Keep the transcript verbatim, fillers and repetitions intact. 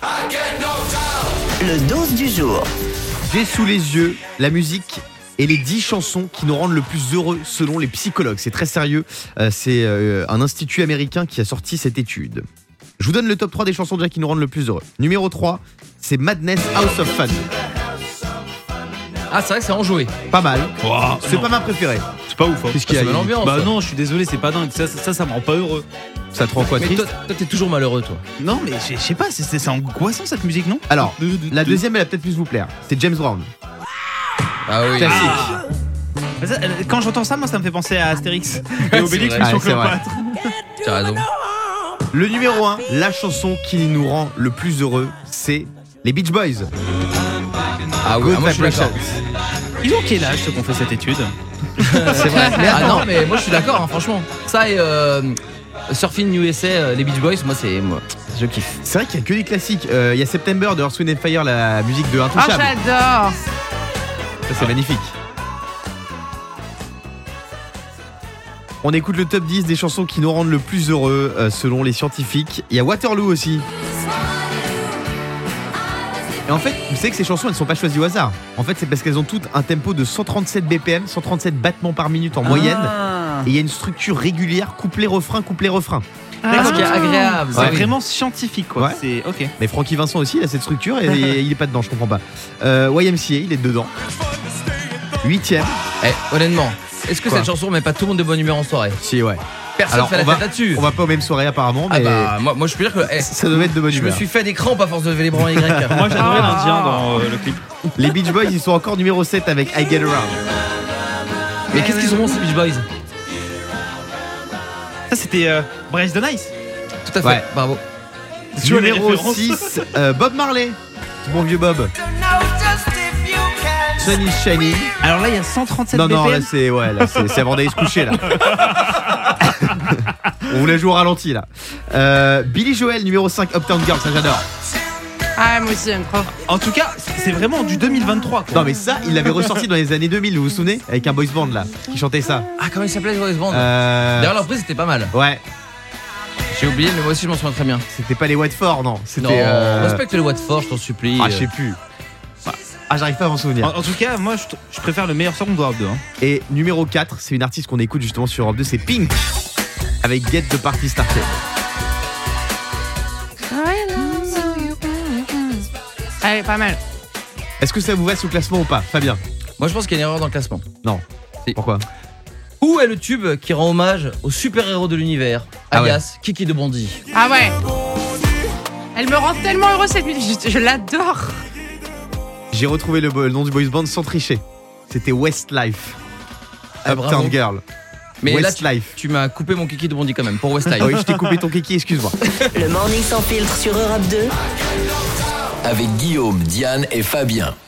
Le dose du jour. J'ai sous les yeux la musique et les dix chansons qui nous rendent le plus heureux selon les psychologues. C'est très sérieux. Euh, c'est euh, un institut américain qui a sorti cette étude. Je vous donne le top trois des chansons déjà qui nous rendent le plus heureux. Numéro trois, c'est Madness House of Fun. Ah, c'est vrai que c'est enjoué. Pas mal. Wow, c'est non. pas ma préférée. C'est pas ouf. Hein. Qu'est-ce qu'il y a, C'est l'ambiance. Bah non, je suis désolé, c'est pas dingue. Ça, ça, ça, ça me rend pas heureux. Ça te rend quoi, Mais triste? toi, toi, t'es toujours malheureux, toi. Non, mais je je sais pas, c'est- c'est c'est angoissant cette musique, non? Alors, De- de- la de- deuxième, elle va peut-être plus vous plaire. C'est James Brown. Ah oui. Classique. Ah. Ça, euh, Quand j'entends ça, moi, ça me fait penser à Astérix et Obélix, vrai. Mission Ouais, c'est vrai. Cléopâtre. T'as raison. Le numéro un, la chanson qui nous rend le plus heureux, c'est les Beach Boys. Ah oui, Good ah, moi je suis Vibrations. d'accord. Ils ont quel âge ceux qui ont fait cette étude? C'est vrai. Mais ah attends. non, mais moi je suis d'accord, hein, franchement. Ça et euh, Surfing U S A, euh, les Beach Boys, moi c'est. Moi, je kiffe. C'est vrai qu'il y a que des classiques. Euh, Il y a September de Earth, Wind and Fire, la musique de Oh, Intouchable. j'adore. Ça, c'est magnifique. On écoute le top dix des chansons qui nous rendent le plus heureux euh, selon les scientifiques. Il y a Waterloo aussi. Et en fait, vous savez que ces chansons, elles ne sont pas choisies au hasard. En fait, c'est parce qu'elles ont toutes un tempo de cent trente-sept B P M, cent trente-sept battements par minute en moyenne. Ah. Et il y a une structure régulière, couplet-refrain, couplet-refrain. Ce qui est agréable. C'est Ouais. vraiment scientifique, quoi. Ouais. C'est ok. Mais Francky Vincent aussi, il a cette structure et, et il est pas dedans, je comprends pas. Euh, Y M C A, il est dedans. Huitième. Eh, honnêtement, est-ce que Quoi cette chanson met pas tout le monde de bonne humeur en soirée? Si, ouais. Personne Alors, fait on la va, tête là-dessus. on va pas aux mêmes soirées apparemment, Ah mais bah, moi, moi je peux dire que eh, ça devait être de bonne je me humeur. suis fait des crampes à force de lever les bras en Y. Moi, j'adorais Ah. l'Indien dans euh, le clip. Les Beach Boys, ils sont encore numéro sept avec I Get Around. Mais qu'est-ce qu'ils ont bons ces Beach Boys? Ça, c'était euh, Bryce the Nice. Tout à fait, Ouais. bravo. Tu vois les Numéro références. six, euh, Bob Marley. Ce bon vieux Bob. Sun is shining. Alors là, il y a cent trente-sept Non, B P M. non, là c'est ouais, là, c'est, c'est avant d'aller se coucher là. On voulait jouer au ralenti là. Euh, Billy Joel, numéro cinq, Uptown Girl, ça j'adore. Ah, moi aussi, j'aime trop. En tout cas, c'est vraiment du deux mille vingt-trois, quoi. Non, mais ça, il l'avait ressorti dans les années deux mille, vous vous souvenez? Avec un boys band là, qui chantait ça. Ah, comment il s'appelait ce boys band? Euh, D'ailleurs, leur prise c'était pas mal. Ouais, J'ai oublié, mais moi aussi je m'en souviens très bien. c'était pas les Watford, non. C'était. Non, euh, respecte le Watford, je t'en supplie. Ah, je sais plus. Ah, j'arrive pas à m'en souvenir. En, en tout cas, moi, je, t- je préfère le meilleur son d'Europe deux. Hein. Et numéro quatre, c'est une artiste qu'on écoute justement sur Europe deux, c'est Pink. Avec Get the Party Started. Allez, pas mal. Est-ce que ça vous va sous classement ou pas, Fabien? Moi je pense qu'il y a une erreur dans le classement. Non. Si. Pourquoi? Où est le tube qui rend hommage au super-héros de l'univers, Ah ouais. alias Kiki de Bondy? Ah ouais. Elle me rend tellement heureuse cette musique. Je, je l'adore. J'ai retrouvé le, bo- le nom du boys band sans tricher. C'était Westlife. Ah, Uptown bravo. Girl. Mais là, tu, Westlife. tu m'as coupé mon Kiki de Bondy quand même pour Westlife. Ah oui, je t'ai coupé ton kiki, excuse-moi. Le morning sans filtre sur Europe deux. Avec Guillaume, Diane et Fabien.